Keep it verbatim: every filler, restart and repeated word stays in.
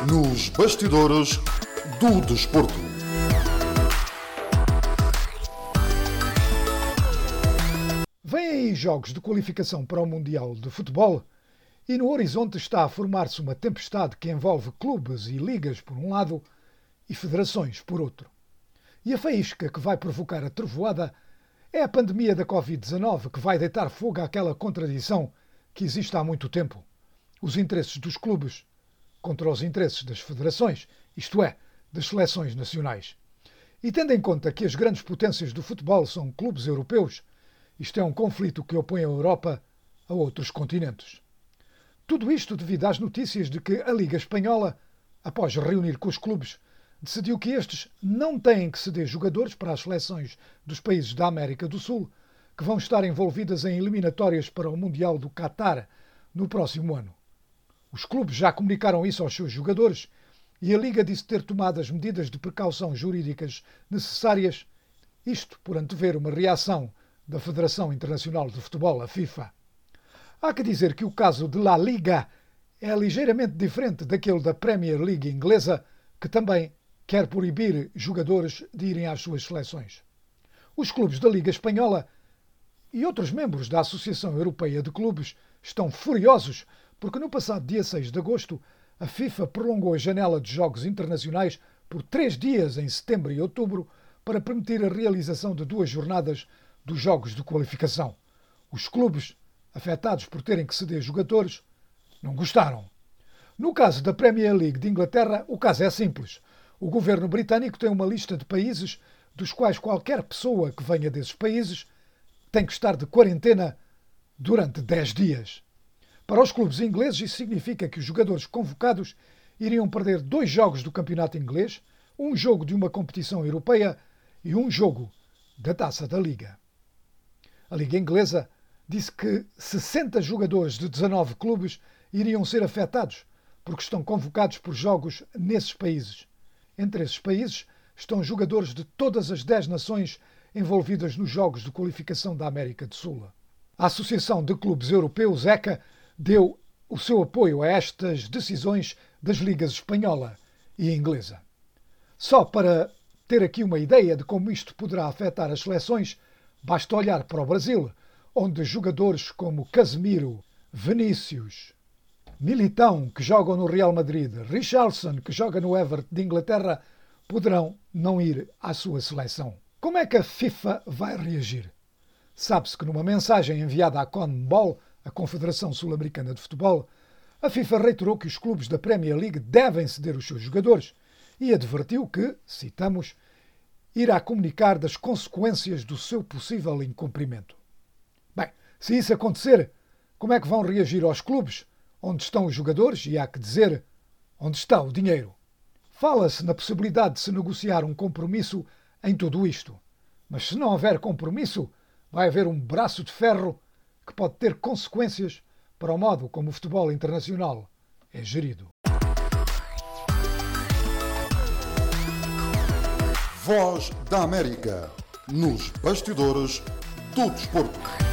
Nos bastidores do desporto. Vêm aí jogos de qualificação para o Mundial de Futebol e no horizonte está a formar-se uma tempestade que envolve clubes e ligas por um lado e federações por outro. E a faísca que vai provocar a trovoada é a pandemia da covid dezanove que vai deitar fogo àquela contradição que existe há muito tempo. Os interesses dos clubes contra os interesses das federações, isto é, das seleções nacionais. E tendo em conta que as grandes potências do futebol são clubes europeus, isto é um conflito que opõe a Europa a outros continentes. Tudo isto devido às notícias de que a Liga Espanhola, após reunir com os clubes, decidiu que estes não têm que ceder jogadores para as seleções dos países da América do Sul, que vão estar envolvidas em eliminatórias para o Mundial do Qatar no próximo ano. Os clubes já comunicaram isso aos seus jogadores e a Liga disse ter tomado as medidas de precaução jurídicas necessárias, isto por antever uma reação da Federação Internacional de Futebol, a FIFA. Há que dizer que o caso de La Liga é ligeiramente diferente daquele da Premier League inglesa, que também quer proibir jogadores de irem às suas seleções. Os clubes da Liga Espanhola e outros membros da Associação Europeia de Clubes estão furiosos porque no passado dia seis de agosto a FIFA prolongou a janela de jogos internacionais por três dias em setembro e outubro para permitir a realização de duas jornadas dos jogos de qualificação. Os clubes, afetados por terem que ceder jogadores, não gostaram. No caso da Premier League de Inglaterra, o caso é simples. O governo britânico tem uma lista de países dos quais qualquer pessoa que venha desses países tem que estar de quarentena durante dez dias. Para os clubes ingleses, isso significa que os jogadores convocados iriam perder dois jogos do campeonato inglês, um jogo de uma competição europeia e um jogo da Taça da Liga. A Liga Inglesa disse que sessenta jogadores de dezanove clubes iriam ser afetados porque estão convocados por jogos nesses países. Entre esses países estão jogadores de todas as dez nações envolvidas nos jogos de qualificação da América do Sul. A Associação de Clubes Europeus, ECA, deu o seu apoio a estas decisões das ligas espanhola e inglesa. Só para ter aqui uma ideia de como isto poderá afetar as seleções, basta olhar para o Brasil, onde jogadores como Casemiro, Vinícius, Militão, que jogam no Real Madrid, Richarlison, que joga no Everton de Inglaterra, poderão não ir à sua seleção. Como é que a FIFA vai reagir? Sabe-se que numa mensagem enviada à CONMEBOL, a Confederação Sul-Americana de Futebol, a FIFA reiterou que os clubes da Premier League devem ceder os seus jogadores e advertiu que, citamos, irá comunicar das consequências do seu possível incumprimento. Bem, se isso acontecer, como é que vão reagir aos clubes, onde estão os jogadores e, há que dizer, onde está o dinheiro? Fala-se na possibilidade de se negociar um compromisso em tudo isto, mas se não houver compromisso, vai haver um braço de ferro que pode ter consequências para o modo como o futebol internacional é gerido. Voz da América. Nos bastidores do desporto.